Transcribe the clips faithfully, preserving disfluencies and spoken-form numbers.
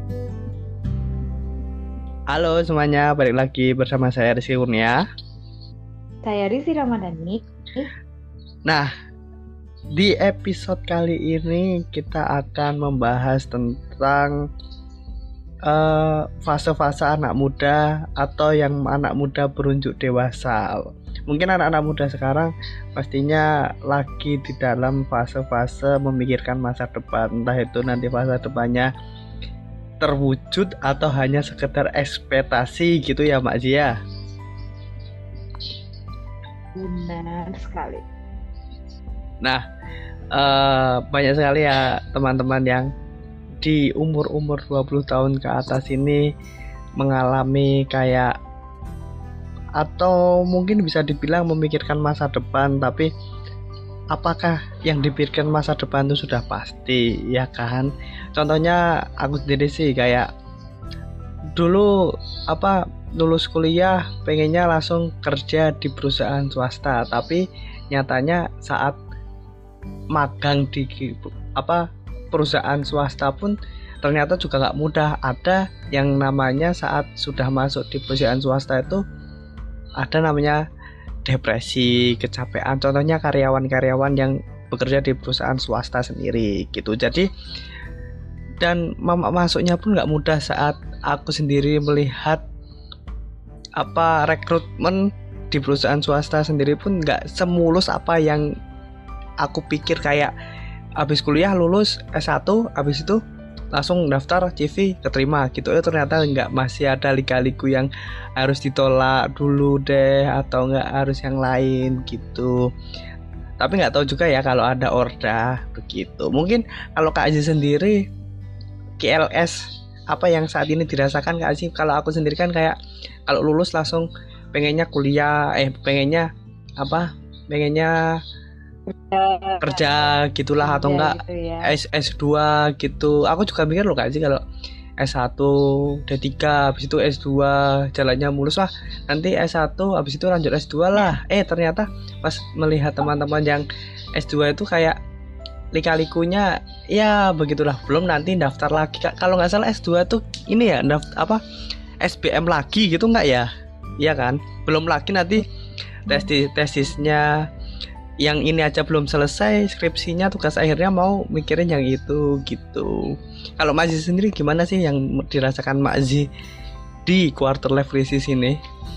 Halo semuanya, balik lagi bersama saya Rizky Kurnia. Saya Rizky Ramadhani. Nah, di episode kali ini kita akan membahas tentang uh, fase-fase anak muda atau yang anak muda berunjuk dewasa. Mungkin anak-anak muda sekarang pastinya lagi di dalam fase-fase memikirkan masa depan, entah itu nanti fase depannya terwujud atau hanya sekedar ekspektasi gitu ya Mak Zia. Benar sekali. Nah, uh, banyak sekali ya teman-teman yang di umur-umur dua puluh tahun ke atas ini mengalami kayak atau mungkin bisa dibilang memikirkan masa depan, tapi apakah yang dipikirkan masa depan itu sudah pasti, ya kan? Contohnya aku sendiri sih kayak dulu apa lulus kuliah pengennya langsung kerja di perusahaan swasta, tapi nyatanya saat magang di apa perusahaan swasta pun ternyata juga nggak mudah. Ada yang namanya saat sudah masuk di perusahaan swasta itu ada namanya depresi, kecapean. Contohnya karyawan-karyawan yang bekerja di perusahaan swasta sendiri gitu. Jadi dan masuknya pun nggak mudah. Saat aku sendiri melihat apa rekrutmen di perusahaan swasta sendiri pun nggak semulus apa yang aku pikir, kayak habis kuliah lulus S satu habis itu langsung daftar C V keterima gitu. Ya ternyata nggak, masih ada liga-ligu yang harus ditolak dulu deh atau nggak harus yang lain gitu. Tapi nggak tahu juga ya kalau ada orda begitu. Mungkin kalau Kak Aziz sendiri K L S apa yang saat ini dirasakan Kak Aziz? Kalau aku sendiri kan kayak kalau lulus langsung pengennya kuliah, eh pengennya apa? Pengennya kerja gitulah atau enggak gitu ya. S S2 gitu. Aku juga mikir loh Kak sih kalau S satu D tiga habis itu S dua jalannya mulus lah. Nanti S satu habis itu lanjut S dua lah. Eh ternyata pas melihat teman-teman yang S dua itu kayak lika-likunya ya begitulah. Belum nanti daftar lagi. Kalau nggak salah S dua tuh ini ya daftar apa S B M lagi gitu nggak ya? Iya kan? Belum lagi nanti tesis tesisnya yang ini aja belum selesai, skripsinya tugas akhirnya mau mikirin yang itu gitu. Kalau Mak Zi sendiri gimana sih yang dirasakan Mak Zi di quarter life crisis ini?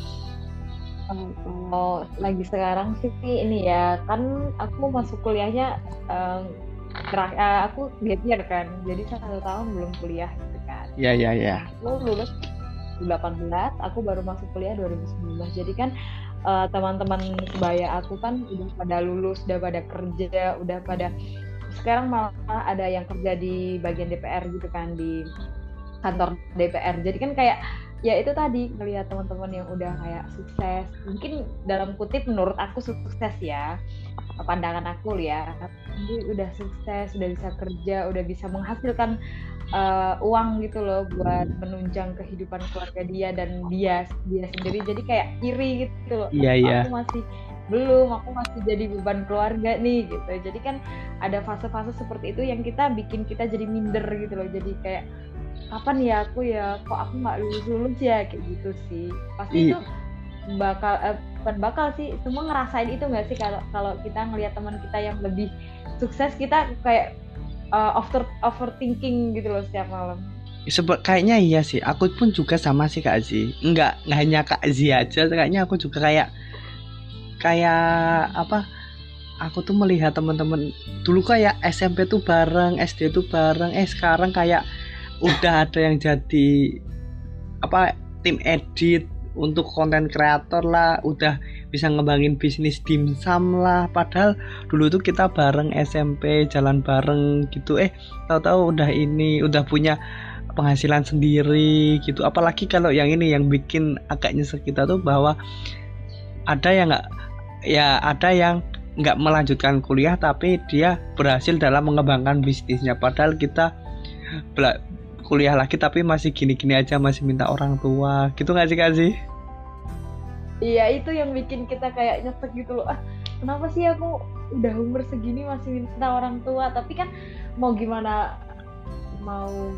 Kalau lagi sekarang sih ini ya, kan aku masuk kuliahnya um, terakhir uh, aku gap year kan, jadi satu tahun belum kuliah gitu kan. Iya iya iya. Aku lulus dua ribu delapan belas, aku baru masuk kuliah dua ribu sembilan belas. Jadi kan uh, teman-teman sebaya aku kan udah pada lulus, udah pada kerja, udah pada sekarang malah ada yang kerja di bagian D P R gitu kan, di kantor D P R. Jadi kan kayak ya itu tadi ngelihat teman-teman yang udah kayak sukses, mungkin dalam kutip menurut aku sukses ya, pandangan aku ya, jadi udah sukses, udah bisa kerja, udah bisa menghasilkan uh, uang gitu loh buat menunjang kehidupan keluarga dia dan dia dia sendiri. Jadi kayak iri gitu loh. Iya iya. Aku masih belum, aku masih jadi beban keluarga nih gitu. Jadi kan ada fase-fase seperti itu yang kita bikin kita jadi minder gitu loh. Jadi kayak kapan ya aku ya, kok aku nggak lulus-lulus ya, kayak gitu sih. Pasti I- itu bakal eh, bukan bakal sih, semua ngerasain itu nggak sih kalau kalau kita ngelihat teman kita yang lebih sukses, kita kayak uh, over overthinking gitu loh setiap malam. Sebab kayaknya iya sih, aku pun juga sama sih Kak Zi. Enggak, nggak hanya Kak Zi aja, kayaknya aku juga kayak kayak apa? Aku tuh melihat teman-teman dulu kayak S M P tuh bareng, S D tuh bareng, eh sekarang kayak udah ada yang jadi apa tim edit untuk konten kreator lah, udah bisa ngembangin bisnis dimsum lah. Padahal dulu tuh kita bareng S M P, jalan bareng gitu, eh tahu-tahu udah ini udah punya penghasilan sendiri gitu. Apalagi kalau yang ini yang bikin agak nyesek kita tuh bahwa ada yang nggak ya ada yang nggak melanjutkan kuliah tapi dia berhasil dalam mengembangkan bisnisnya, padahal kita bela- kuliah lagi tapi masih gini-gini aja, masih minta orang tua gitu nggak sih Kak sih? Iya, itu yang bikin kita kayak nyesek gitu loh. Ah, kenapa sih aku udah umur segini masih minta orang tua? Tapi kan mau gimana, mau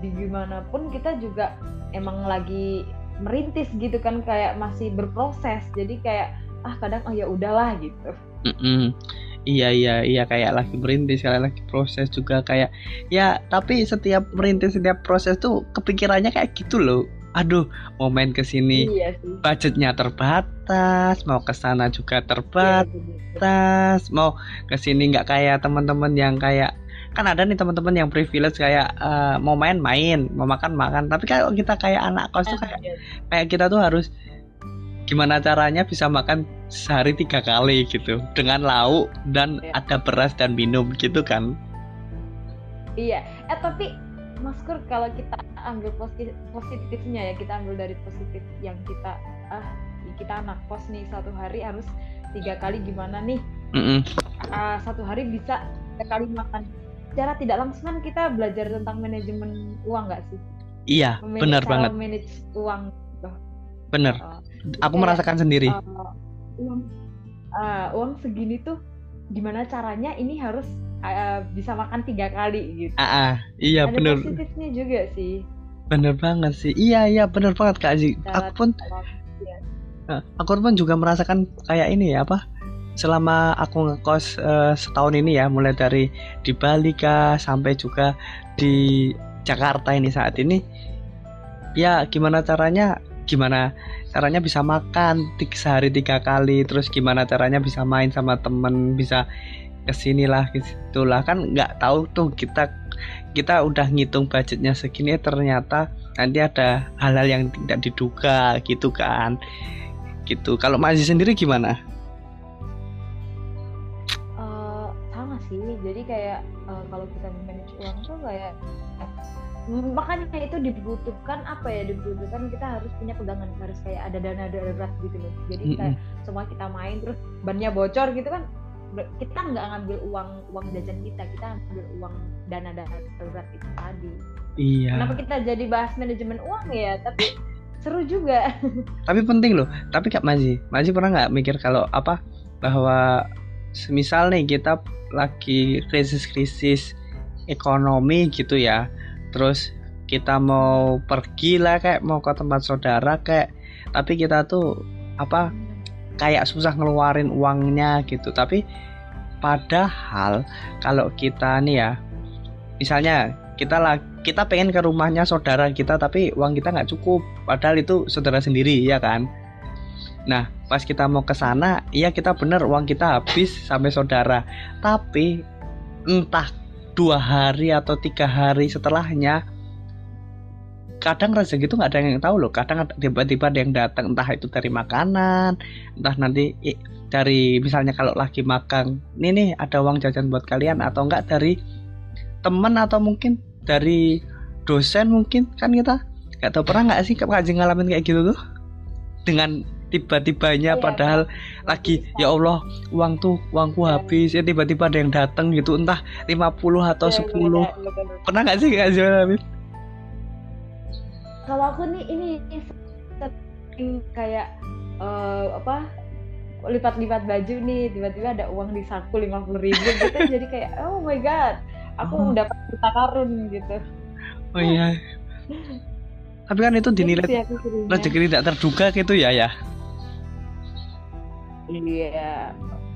gimana pun kita juga emang lagi merintis gitu kan, kayak masih berproses. Jadi kayak ah kadang oh ya udahlah gitu. Mm-mm. Iya iya iya kayak lagi merintis, kayak lagi proses juga kayak ya, tapi setiap merintis setiap proses tuh kepikirannya kayak gitu loh. Aduh, mau main ke sini Iya sih. budgetnya terbatas, mau ke sana juga Iya, terbatas, bener. mau ke sini nggak kayak teman-teman yang kayak kan ada nih teman-teman yang privilege kayak eh, mau main-main, mau makan-makan. Tapi kalau kita kayak anak kos tuh kayak Iya. kayak kita tuh harus gimana caranya bisa makan sehari tiga kali gitu dengan lauk dan Iya. ada beras dan minum gitu kan. Iya, eh tapi Mas Kur, kalau kita ambil posi- positifnya ya, kita ambil dari positif yang kita ah kita anak kos nih, satu hari harus tiga kali gimana nih? Mm-mm. Ah, satu hari bisa tiga kali makan. Secara tidak langsung kan kita belajar tentang manajemen uang nggak sih? Iya, Memanage- benar cara banget, manage uang. Gitu. bener. Uh, Aku kayak, merasakan sendiri. uh, uang, uh, uang segini tuh gimana caranya ini harus uh, bisa makan tiga kali gitu. Ah, ah, iya Ada bener, positifnya juga sih. bener banget sih. Iya iya bener banget Kak Aziz. Cara Aku pun ya. eh, aku pun juga merasakan kayak ini ya apa. Selama aku ngekos eh, setahun ini ya, mulai dari di Bali kah sampai juga di Jakarta ini saat ini, ya gimana caranya gimana caranya bisa makan tik sehari tiga kali, terus gimana caranya bisa main sama temen, bisa kesinilah kesitulah, kan nggak tahu tuh kita kita udah ngitung budgetnya segini, ternyata nanti ada hal-hal yang tidak diduga gitu kan, gitu. Kalau Mas Aziz sendiri gimana? Uh, sama sih, jadi kayak uh, kalau kita manage uang tuh kayak eh, makanya itu dibutuhkan apa ya dibutuhkan kita harus punya pegangan, harus kayak ada dana darurat gitu loh. Jadi kayak Mm-mm. semua kita main terus bannya bocor gitu kan, kita nggak ngambil uang uang jajan kita, kita ambil uang dana dana darurat itu tadi. Iya. Kenapa kita jadi bahas manajemen uang ya? Tapi seru juga. Tapi penting loh. Tapi Kak Maji, Maji pernah nggak mikir kalau apa bahwa semisal nih kita lagi krisis-krisis ekonomi gitu ya, terus kita mau pergi lah kayak mau ke tempat saudara kayak, tapi kita tuh apa kayak susah ngeluarin uangnya gitu. Tapi padahal kalau kita nih ya, misalnya kita lah kita pengen ke rumahnya saudara kita tapi uang kita nggak cukup, padahal itu saudara sendiri ya kan. Nah pas kita mau ke sana, iya kita bener uang kita habis sampai saudara, tapi entah dua hari atau tiga hari setelahnya kadang rezeki itu nggak ada yang tahu loh. Kadang tiba-tiba ada yang datang, entah itu dari makanan, entah nanti eh, dari misalnya kalau lagi makan ini nih ada uang jajan buat kalian, atau enggak dari teman, atau mungkin dari dosen mungkin. Kan kita nggak tahu, pernah nggak sih Kak Haji ngalamin kayak gitu tuh dengan tiba-tibanya, Iya, padahal kan? lagi ya Allah uang tuh uangku habis ya, tiba-tiba ada yang datang gitu entah lima puluh atau Ya, sepuluh. bener, bener. Pernah nggak sih Kak Haji ngalamin? Kalau aku nih ini sering kayak uh, apa lipat-lipat baju nih, tiba-tiba ada uang di saku lima puluh ribu gitu. Jadi kayak oh my god, aku Oh. mendapat harta karun gitu. Oh iya. Tapi kan itu dinilai Gitu sih aku seringnya. rezeki tidak terduga gitu ya ya. Iya.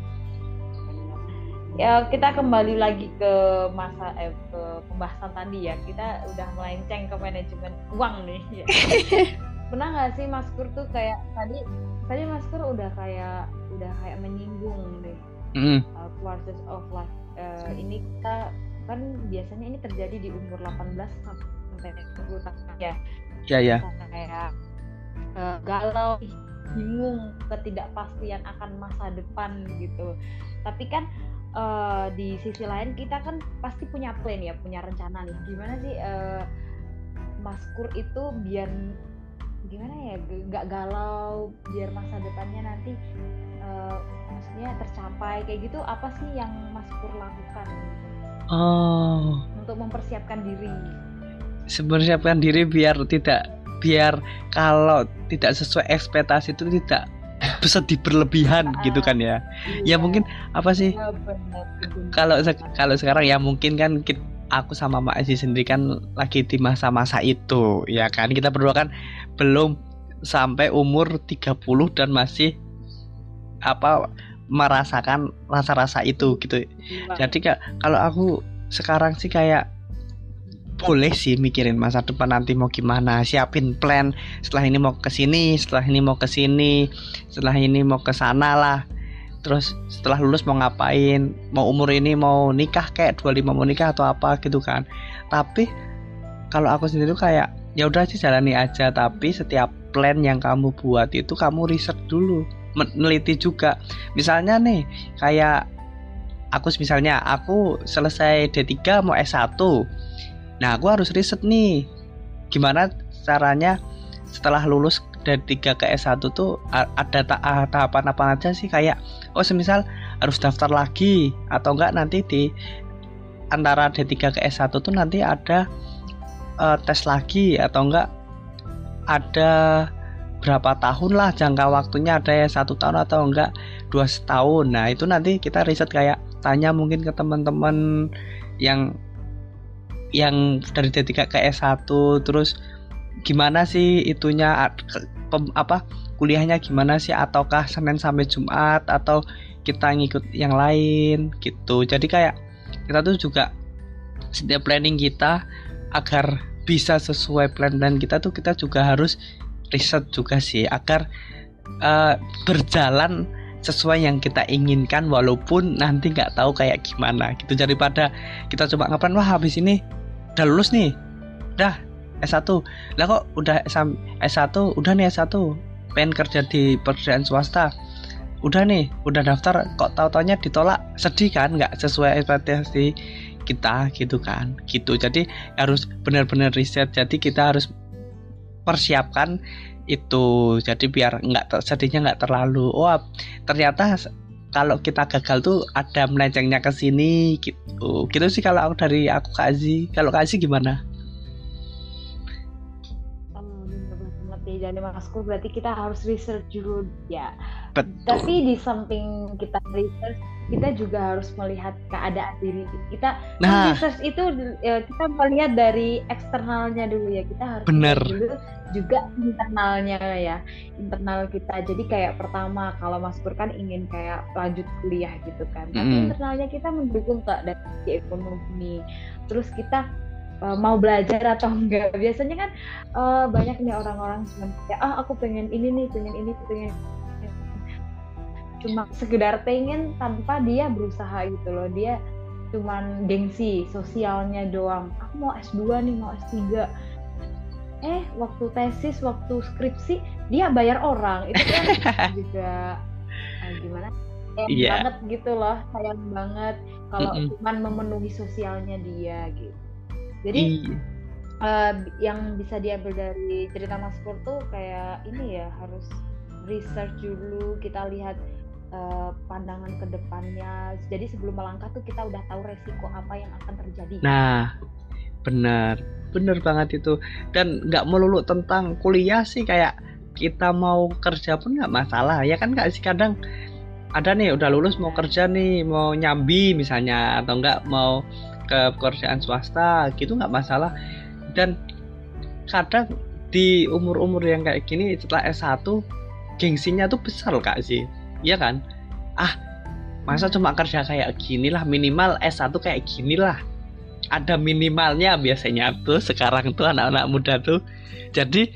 Ya kita kembali lagi ke masa eh, ke pembahasan tadi ya. Kita udah melenceng ke manajemen uang nih. Ya. Pernah nggak sih Mas Kur tuh kayak tadi tadi Mas Kur udah kayak udah kayak menyinggung deh Mm. uh, quarters of life. Uh, ini kita kan biasanya ini terjadi di umur delapan belas sampai dua puluh tahun ya. Ya ya. Kayak uh, galau, bingung, ketidakpastian akan masa depan gitu. Tapi kan uh, di sisi lain kita kan pasti punya plan ya, punya rencana nih. Gimana sih uh, Mas Kur itu biar gimana ya, gak galau, biar masa depannya nanti uh, maksudnya tercapai kayak gitu. Apa sih yang Mas Kur lakukan Oh, untuk mempersiapkan diri? mempersiapkan diri biar tidak biar kalau tidak sesuai ekspektasi itu tidak bersedih berlebihan gitu kan ya. Ya Iya. mungkin apa sih Ya, benar, benar. kalau se- kalau sekarang ya mungkin kan kit- aku sama Mbak Ezi sendiri kan lagi di masa-masa itu, ya kan? Kita berdua kan belum sampai umur tiga puluh dan masih apa merasakan rasa-rasa itu gitu. Jadi kayak kalau aku sekarang sih kayak boleh sih mikirin masa depan nanti mau gimana, siapin plan setelah ini mau ke sini, setelah ini mau ke sini, setelah ini mau ke sana lah. Terus setelah lulus mau ngapain, mau umur ini mau nikah kayak dua puluh lima mau nikah atau apa gitu kan. Tapi kalau aku sendiri kayak ya udah sih jalani aja, tapi setiap plan yang kamu buat itu kamu riset dulu, meneliti juga. Misalnya nih kayak aku misalnya aku selesai D tiga mau S satu. Nah, aku harus riset nih gimana caranya setelah lulus dari tiga ke S satu tuh ada ta- tahapan apa aja sih, kayak oh semisal harus daftar lagi atau enggak nanti di antara D tiga ke S satu tuh nanti ada uh, tes lagi atau enggak ada berapa tahun lah jangka waktunya, ada ya satu tahun atau enggak dua setahun. Nah itu nanti kita riset kayak tanya mungkin ke teman-teman yang yang dari D tiga ke S satu, terus gimana sih itunya pem, apa kuliahnya gimana sih, ataukah Senin sampai Jumat atau kita ngikut yang lain gitu. Jadi kayak kita tuh juga setiap planning kita agar bisa sesuai plan-plan kita tuh kita juga harus riset juga sih agar uh, berjalan sesuai yang kita inginkan walaupun nanti nggak tahu kayak gimana gitu. Daripada kita coba ngeplan wah habis ini udah lulus nih, udah S satu lah kok udah S satu udah nih S satu pengen kerja di perusahaan swasta, udah nih udah daftar kok tahu-taunya ditolak, sedih kan, nggak sesuai ekspektasi kita gitu kan gitu. Jadi harus benar-benar riset, jadi kita harus persiapkan itu, jadi biar nggak sedihnya nggak terlalu oh ternyata kalau kita gagal tuh ada melencengnya ke sini gitu. Gitu sih kalau aku dari aku Kak Azi. Kalau Kak Azi gimana? Dari Masku berarti kita harus research dulu ya. Betul. Tapi di samping kita research, kita juga harus melihat keadaan diri kita. Nah, research itu ya, kita melihat dari eksternalnya dulu ya. Kita harus bener. lihat dulu juga internalnya ya, internal kita. Jadi kayak pertama kalau Mas Pur kan ingin kayak lanjut kuliah gitu kan. Tapi mm. internalnya kita mendukung tak dari ekonomi. Terus kita Uh, mau belajar atau enggak. Biasanya kan uh, banyak nih orang-orang cuma ya ah aku pengen ini nih, pengen ini, pengen cuma sekedar pengen tanpa dia berusaha gitu loh. Dia cuman gengsi sosialnya doang. Aku mau S dua nih, mau S tiga. Eh, waktu tesis, waktu skripsi dia bayar orang. Itu kan juga uh, gimana? Sayang yeah. banget gitu loh, sayang banget kalau mm-mm. cuman memenuhi sosialnya dia gitu. Jadi uh, yang bisa diambil dari cerita Mas Pur tuh kayak ini ya, harus research dulu, kita lihat uh, pandangan ke depannya. Jadi sebelum melangkah tuh kita udah tahu resiko apa yang akan terjadi. Nah, benar, benar banget itu. Dan nggak melulu tentang kuliah sih, kayak kita mau kerja pun nggak masalah ya kan Kak sih. Kadang ada nih udah lulus mau kerja nih, mau nyambi misalnya atau enggak mau ke pekerjaan swasta gitu nggak masalah. Dan kadang di umur-umur yang kayak gini setelah S satu gengsinya tuh besar Kak sih, iya kan? Ah masa cuma kerja kayak gini lah, minimal S satu kayak gini lah, ada minimalnya biasanya tuh sekarang tuh anak-anak muda tuh. Jadi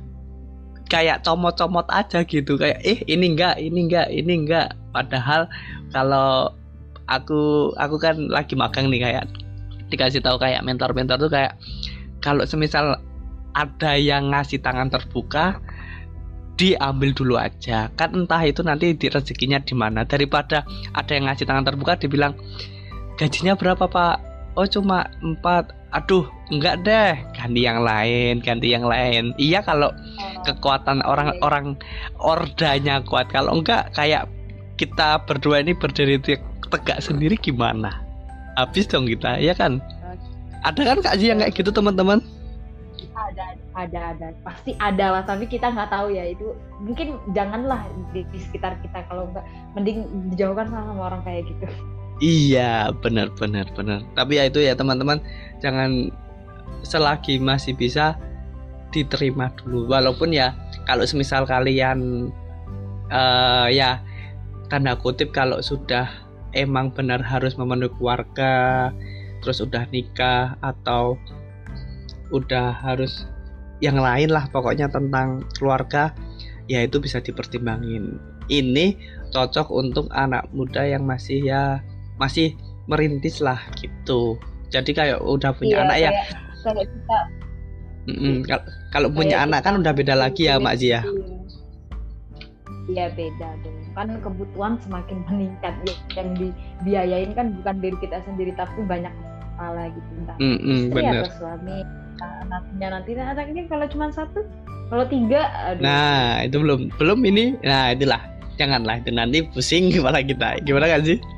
kayak comot-comot aja gitu, kayak eh ini enggak, ini enggak, ini enggak. Padahal kalau aku aku kan lagi magang nih, kayak dikasih tahu kayak mentor-mentor tuh kayak kalau semisal ada yang ngasih tangan terbuka diambil dulu aja kan, entah itu nanti di rezekinya di mana, daripada ada yang ngasih tangan terbuka dibilang gajinya berapa Pak, oh cuma empat, aduh enggak deh, ganti yang lain, ganti yang lain. Iya kalau kekuatan orang-orang ordanya kuat, kalau enggak kayak kita berdua ini berdiri tegak sendiri gimana? Habis dong kita, ya kan? Ada kan Kak Ji yang kayak gitu teman-teman? Ada, ada, ada. Pasti ada lah, tapi kita nggak tahu ya itu. Mungkin janganlah di, di sekitar kita, kalau enggak mending dijauhkan sama orang kayak gitu. Iya, benar benar benar. Tapi ya itu ya teman-teman, jangan selagi masih bisa diterima dulu. Walaupun ya kalau semisal kalian uh, ya tanda kutip kalau sudah emang benar harus memenuhi keluarga, terus udah nikah atau udah harus yang lain lah pokoknya tentang keluarga, ya itu bisa dipertimbangin. Ini cocok untuk anak muda yang masih ya masih merintis lah gitu. Jadi kayak udah punya Iya, anak ya. kayak kayak kita Mm-mm. Kal- Kalau punya kayak anak kita kan udah beda lagi ya mikirin Mak Zia. iya. Iya beda dong. Kan kebutuhan semakin meningkat ya. Yang dibiayain kan bukan diri kita sendiri tapi banyak kepala gitu. Entah Mm-mm, istri bener. atau suami. Nah, anaknya nanti nah, anaknya kalau cuma satu, kalau tiga, aduh. Nah itu belum belum ini. Nah itulah, janganlah itu nanti pusing kepala kita. Gimana kan sih?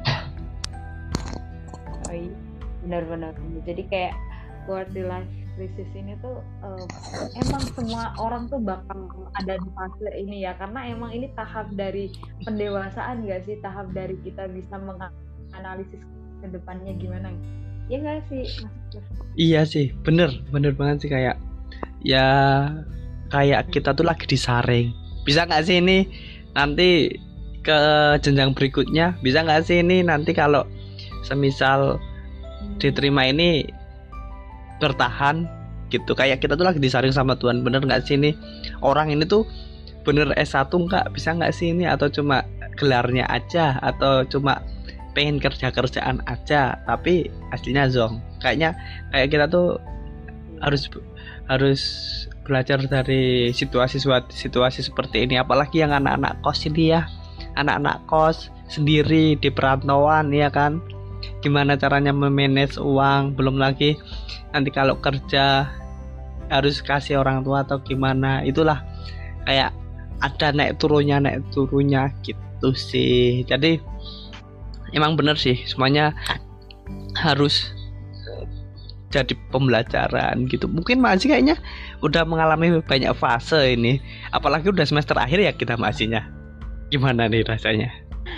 Oh, iya. Benar-benar. Jadi kayak quarter life crisis ini tuh uh, emang semua orang tuh bakal ada di fase ini ya, karena emang ini tahap dari pendewasaan gak sih, tahap dari kita bisa menganalisis ke depannya gimana ya gak sih Mas Pur? Iya sih, bener bener banget sih, kayak ya kayak kita tuh lagi disaring. Bisa nggak sih ini nanti ke jenjang berikutnya? Bisa nggak sih ini nanti kalau semisal diterima ini bertahan gitu, kayak kita tuh lagi disaring sama Tuhan. Bener nggak sih ini orang ini tuh bener S satu nggak, bisa nggak sih ini, atau cuma gelarnya aja, atau cuma pengen kerja-kerjaan aja tapi aslinya zong. Kayaknya kayak kita tuh harus harus belajar dari situasi situasi seperti ini, apalagi yang anak-anak kos ini ya, anak-anak kos sendiri di perantauan ya kan, gimana caranya memanage uang, belum lagi nanti kalau kerja harus kasih orang tua atau gimana. Itulah kayak ada naik turunnya naik turunnya gitu sih. Jadi emang bener sih, semuanya harus jadi pembelajaran gitu. Mungkin masih kayaknya udah mengalami banyak fase ini, apalagi udah semester akhir ya kita masihnya. Gimana nih rasanya?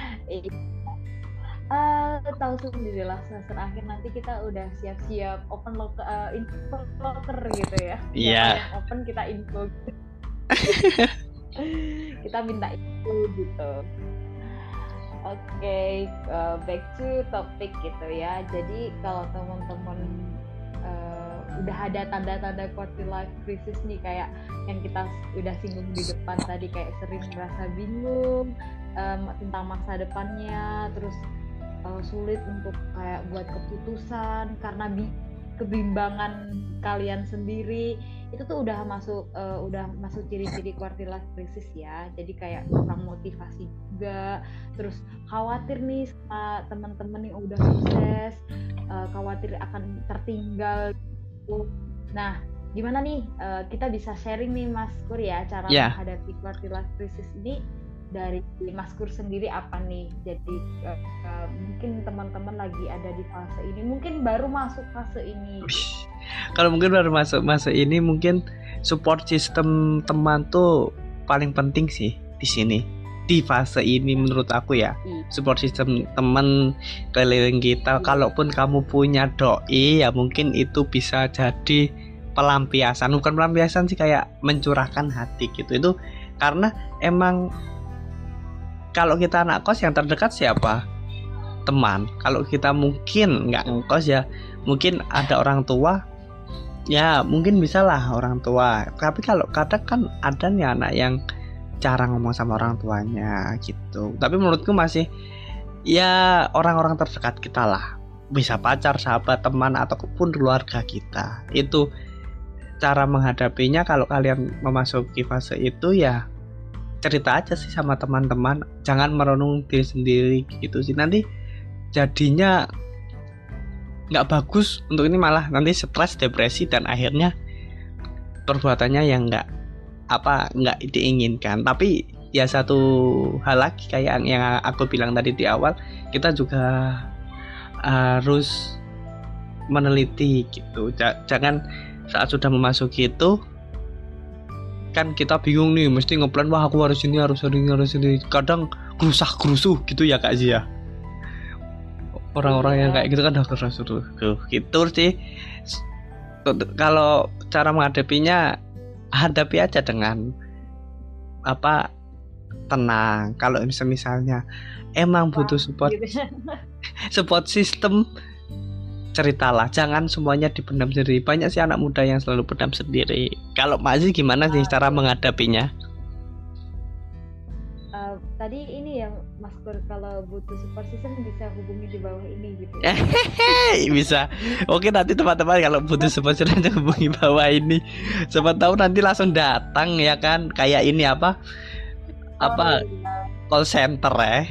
Uh, tahu sendiri lah, semester akhir nanti kita udah siap-siap open locker, uh, info locker gitu ya. Iya. Yang open kita info. Kita minta info gitu. Oke, okay, uh, back to topik gitu ya. Jadi kalau teman-teman uh, udah ada tanda-tanda quarter life crisis nih, kayak yang kita udah singgung di depan tadi, kayak sering merasa bingung um, tentang masa depannya, terus Uh, sulit untuk kayak buat keputusan karena bi- kebimbangan kalian sendiri, itu tuh udah masuk uh, udah masuk ciri-ciri quarter life crisis ya. Jadi kayak kurang motivasi juga, terus khawatir nih sama teman-teman yang udah sukses, uh, khawatir akan tertinggal. Nah, gimana nih uh, kita bisa sharing nih Mas Kur ya cara yeah. menghadapi quarter life crisis ini dari Mas Kur sendiri apa nih? Jadi uh, uh, mungkin teman-teman lagi ada di fase ini, mungkin baru masuk fase ini. Kalau mungkin baru masuk fase ini, mungkin support system teman tuh paling penting sih di sini, di fase ini menurut aku ya. Support system teman keliling kita. Kalaupun kamu punya doi ya mungkin itu bisa jadi pelampiasan, bukan pelampiasan sih, kayak mencurahkan hati gitu. Itu karena emang kalau kita anak kos yang terdekat siapa? Teman. Kalau kita mungkin nggak ngekos ya mungkin ada orang tua, ya mungkin bisa lah orang tua. Tapi kalau kadang kan ada nih anak yang jarang ngomong sama orang tuanya gitu. Tapi menurutku masih ya orang-orang terdekat kita lah, bisa pacar, sahabat, teman, ataupun keluarga kita. Itu cara menghadapinya. Kalau kalian memasuki fase itu ya cerita aja sih sama teman-teman, jangan merenung diri sendiri gitu sih, nanti jadinya nggak bagus untuk ini, malah nanti stres, depresi, dan akhirnya perbuatannya yang nggak apa nggak diinginkan. Tapi ya satu hal lagi kayak yang aku bilang tadi di awal, kita juga harus meneliti gitu. Jangan saat sudah memasuki itu kan kita bingung nih, mesti ngeplan, wah aku harus ini harus ini harus ini, kadang gerusah gerusuh gitu ya Kak Zia. Orang-orang yang Iya. kayak gitu kan udah keras tuh. Gitu sih. S- Kalau cara menghadapinya, hadapi aja dengan apa, tenang. Kalau misalnya emang butuh support Gitu. support system, ceritalah, jangan semuanya dipendam sendiri. Banyak sih anak muda yang selalu pendam sendiri. Kalau Mazi gimana sih cara menghadapinya? Uh, tadi ini yang Mas Kur, kalau butuh support system bisa hubungi di bawah ini gitu. Hei, bisa. Oke, nanti teman-teman kalau butuh support system hubungi bawah ini. Siapa tahu nanti langsung datang ya kan, kayak ini apa apa Oh, iya. call center ya.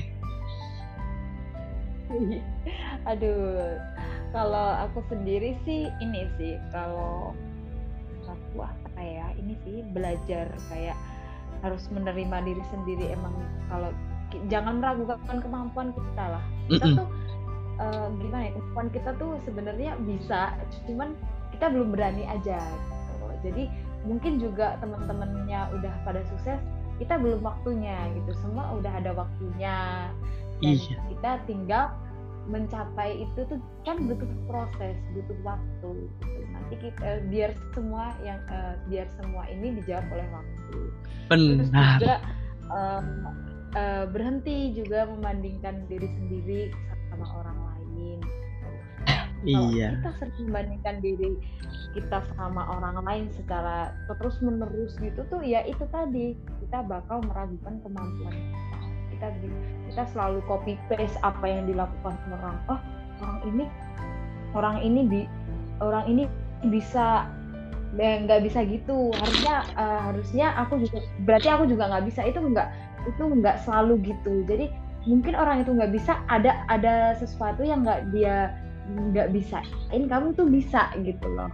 Aduh, kalau aku sendiri sih ini sih, kalau aku apa ya, ini sih belajar kayak harus menerima diri sendiri. Emang kalau ki- jangan meragukan kemampuan kita lah. Kita Mm-mm. tuh eh, gimana ya, kemampuan kita tuh sebenarnya bisa, cuman kita belum berani aja gitu. Jadi mungkin juga teman-temannya udah pada sukses, kita belum waktunya gitu. Semua udah ada waktunya dan Iya. kita tinggal mencapai itu tuh kan butuh proses, butuh waktu gitu. Nanti kita biar semua yang eh, biar semua ini dijawab oleh waktu. Terus Benar. juga em, eh, berhenti juga membandingkan diri sendiri sama orang lain. Kalau Iya. kita sering membandingkan diri kita sama orang lain secara terus menerus gitu tuh, ya itu tadi, kita bakal meragukan kemampuan kita. Kita bi- kita selalu copy paste apa yang dilakukan orang. Oh, orang ini orang ini di orang ini bisa, eh, nggak bisa gitu, harusnya eh, harusnya aku juga, berarti aku juga nggak bisa. Itu nggak itu nggak selalu gitu. Jadi mungkin orang itu nggak bisa, ada ada sesuatu yang nggak dia nggak bisain, kamu tuh bisa gitu loh.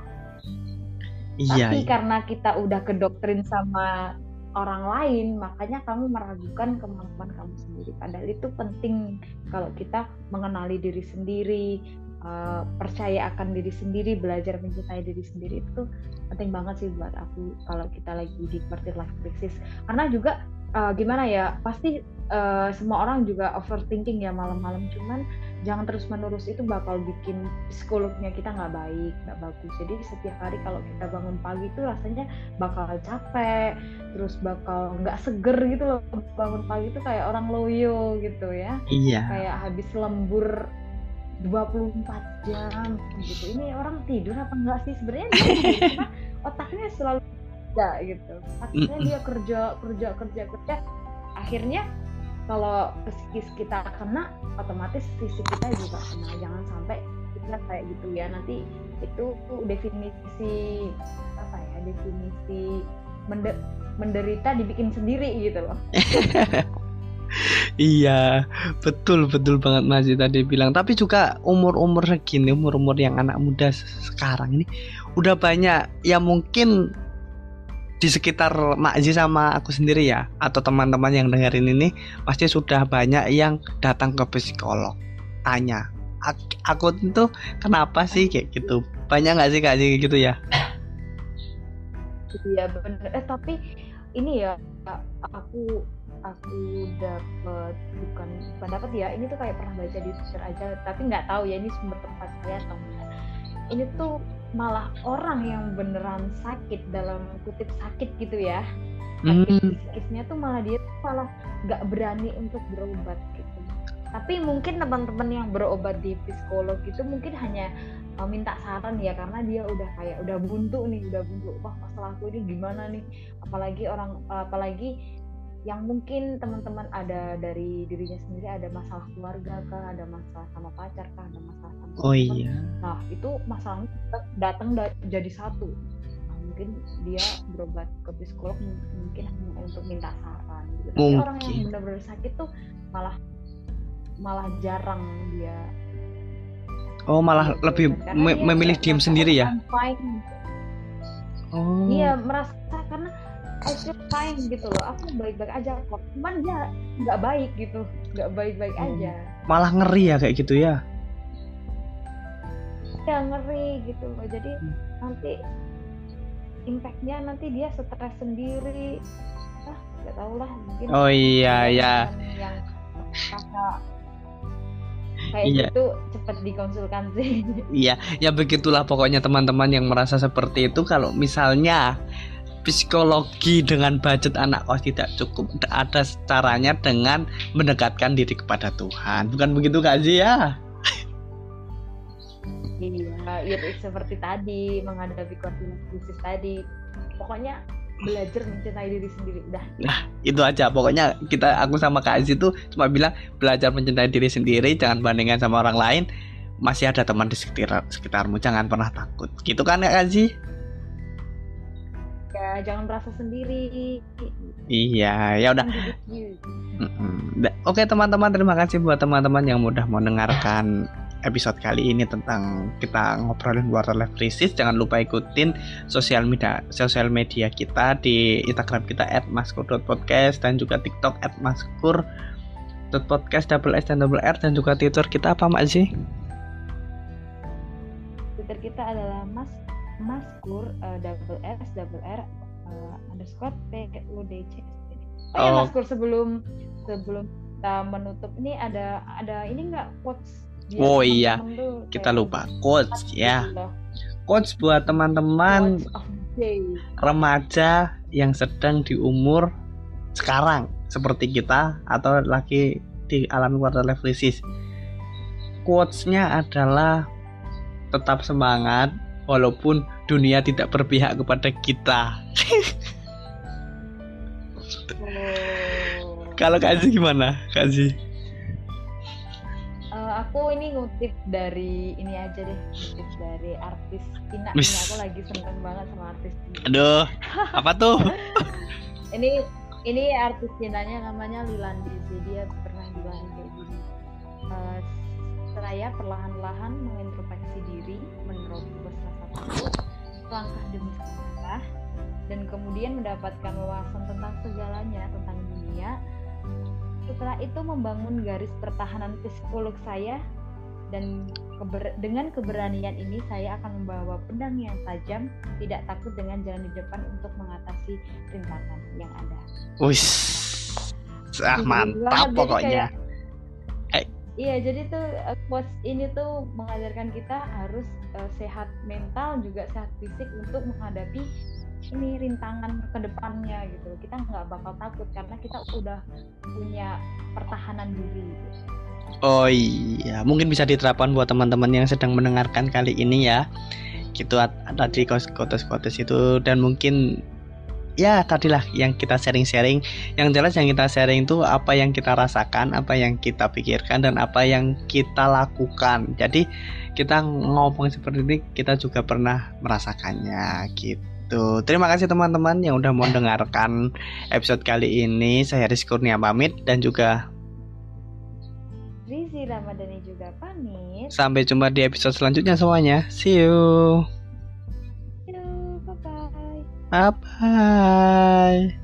Iya. Tapi Iya. karena kita udah kedoktrin sama orang lain, makanya kamu meragukan kemampuan kamu sendiri. Padahal itu penting kalau kita mengenali diri sendiri, uh, percaya akan diri sendiri, belajar mencintai diri sendiri, itu penting banget sih buat aku kalau kita lagi di quarter life crisis. Karena juga uh, gimana ya, pasti uh, semua orang juga overthinking ya malam-malam, cuman jangan terus menerus, itu bakal bikin psikolognya kita nggak baik, nggak bagus. Jadi setiap hari kalau kita bangun pagi itu rasanya bakal capek, terus bakal nggak seger gitu loh. Bangun pagi itu kayak orang loyo gitu ya, Iya. kayak habis lembur dua puluh empat jam gitu. Ini orang tidur apa enggak sih? Sebenarnya dia tidur, cuma otaknya selalu kerja gitu. Akhirnya dia kerja kerja kerja kerja. Akhirnya kalau psikis kita kena, otomatis fisik kita juga kena. Jangan sampai kita kayak gitu ya. Nanti itu definisi apa ya? Definisi mende- menderita dibikin sendiri gitu loh. Iya, betul betul banget Mas tadi bilang. Tapi juga umur-umur segini, umur-umur yang anak muda sekarang ini udah banyak yang mungkin di sekitar Makji sama aku sendiri ya, atau teman-teman yang dengerin ini pasti sudah banyak yang datang ke psikolog, tanya aku tuh kenapa sih kayak gitu. Banyak nggak sih Kak kayak gitu ya? Iya bener. Eh tapi ini ya, aku aku dapat bukan pendapat ya, ini tuh kayak pernah baca di Twitter aja, tapi nggak tahu ya ini sumber tempat saya atau enggak. Ini tuh malah orang yang beneran sakit, dalam kutip sakit gitu ya, sakit Hmm. psikisnya tuh malah dia tuh malah nggak berani untuk berobat gitu. Tapi mungkin teman-teman yang berobat di psikolog itu mungkin hanya uh, minta saran ya, karena dia udah kayak udah buntu nih, udah buntu, wah masalahku ini gimana nih. Apalagi orang apalagi yang mungkin teman-teman ada dari dirinya sendiri, ada masalah keluarga kah, ada masalah sama pacar kah, ada masalah sama Oh teman. iya. Nah itu masalahnya datang da- jadi satu. Nah, mungkin dia berobat ke psikolog m- mungkin hanya untuk minta saran gitu. Tapi Mungkin. orang yang benar-benar sakit tuh malah malah jarang dia. Oh malah Gitu. lebih Karena me- dia memilih nggak diam merasa, sendiri "Oh, ya? I'm fine." Oh. Iya merasa karena I feel fine gitu loh, aku baik-baik aja kok. Cuman dia nggak baik gitu, nggak baik-baik Hmm. aja. Malah ngeri ya kayak gitu ya? Ya ngeri gitu loh. Jadi nanti impact-nya nanti dia stres sendiri. Ah, nggak tahu lah, mungkin Oh iya ada ya. teman yang merasa kayak Iya. gitu cepet dikonsultasi. Iya, ya begitulah pokoknya teman-teman yang merasa seperti itu. Kalau misalnya psikologi dengan budget anak kos tidak cukup, ada caranya dengan mendekatkan diri kepada Tuhan. Bukan begitu Kak Zi ya? Iya, ya seperti tadi menghadapi kondisi krisis tadi. Pokoknya belajar mencintai diri sendiri udah. Nah, itu aja. Pokoknya kita aku sama Kak Zi tuh cuma bilang belajar mencintai diri sendiri, jangan bandingkan sama orang lain. Masih ada teman di sekitar sekitarmu, jangan pernah takut. Gitu kan Kak Zi? Ya, jangan merasa sendiri. Iya, ya udah. Oke teman-teman, terima kasih buat teman-teman yang mudah mendengarkan episode kali ini tentang kita ngobrolin quarter life crisis. Jangan lupa ikutin sosial media sosial media kita di Instagram kita et maskur dot podcast dan juga TikTok et maskur dot podcast double S dan double R, dan juga Twitter kita apa Mak sih? Twitter kita adalah mas maskur uh, double S double R uh, underscore P U D C. Oh, oh ya Maskur, sebelum sebelum kita menutup ini ada ada ini nggak quotes? Oh iya, kita lupa quotes ya. Quotes buat teman-teman remaja yang sedang di umur sekarang seperti kita atau lagi di alami quarter life crisis. Quotes-nya adalah tetap semangat walaupun dunia tidak berpihak kepada kita. Oh. Kalau Kak Zi gimana? Kak Zi? Uh, aku ini ngutip dari ini aja deh, ngutip dari artis Cina. Ini aku lagi seneng banget sama artis Cina. Aduh, apa tuh? ini ini artis Cinanya namanya Lilandi. Dia pernah bilang kayak gini. Uh, saya perlahan-lahan mengintrospeksi diri, menerobos rasa takut, langkah demi langkah, dan kemudian mendapatkan wawasan tentang segalanya, tentang dunia. Setelah itu membangun garis pertahanan psikolog saya, dan keber- dengan keberanian ini saya akan membawa pedang yang tajam, tidak takut dengan jalan di depan untuk mengatasi rintangan yang ada. Wih, ah, mantap pokoknya. Kayak, iya, jadi tuh quotes ini tuh mengajarkan kita harus uh, sehat mental juga sehat fisik untuk menghadapi ini rintangan ke depannya gitu. Kita nggak bakal takut karena kita udah punya pertahanan diri gitu. Oh iya, mungkin bisa diterapkan buat teman-teman yang sedang mendengarkan kali ini ya. Gitu tadi quotes-quotes itu, dan mungkin ya tadilah yang kita sharing-sharing. Yang jelas yang kita sharing itu apa yang kita rasakan, apa yang kita pikirkan, dan apa yang kita lakukan. Jadi kita ngomong seperti ini kita juga pernah merasakannya gitu. Tuh, terima kasih teman-teman yang udah mau dengarkan episode kali ini. Saya Rizky Kurnia pamit, dan juga Rizky Ramadhani juga pamit. Sampai jumpa di episode selanjutnya semuanya. See you. See you. Bye bye. Bye bye.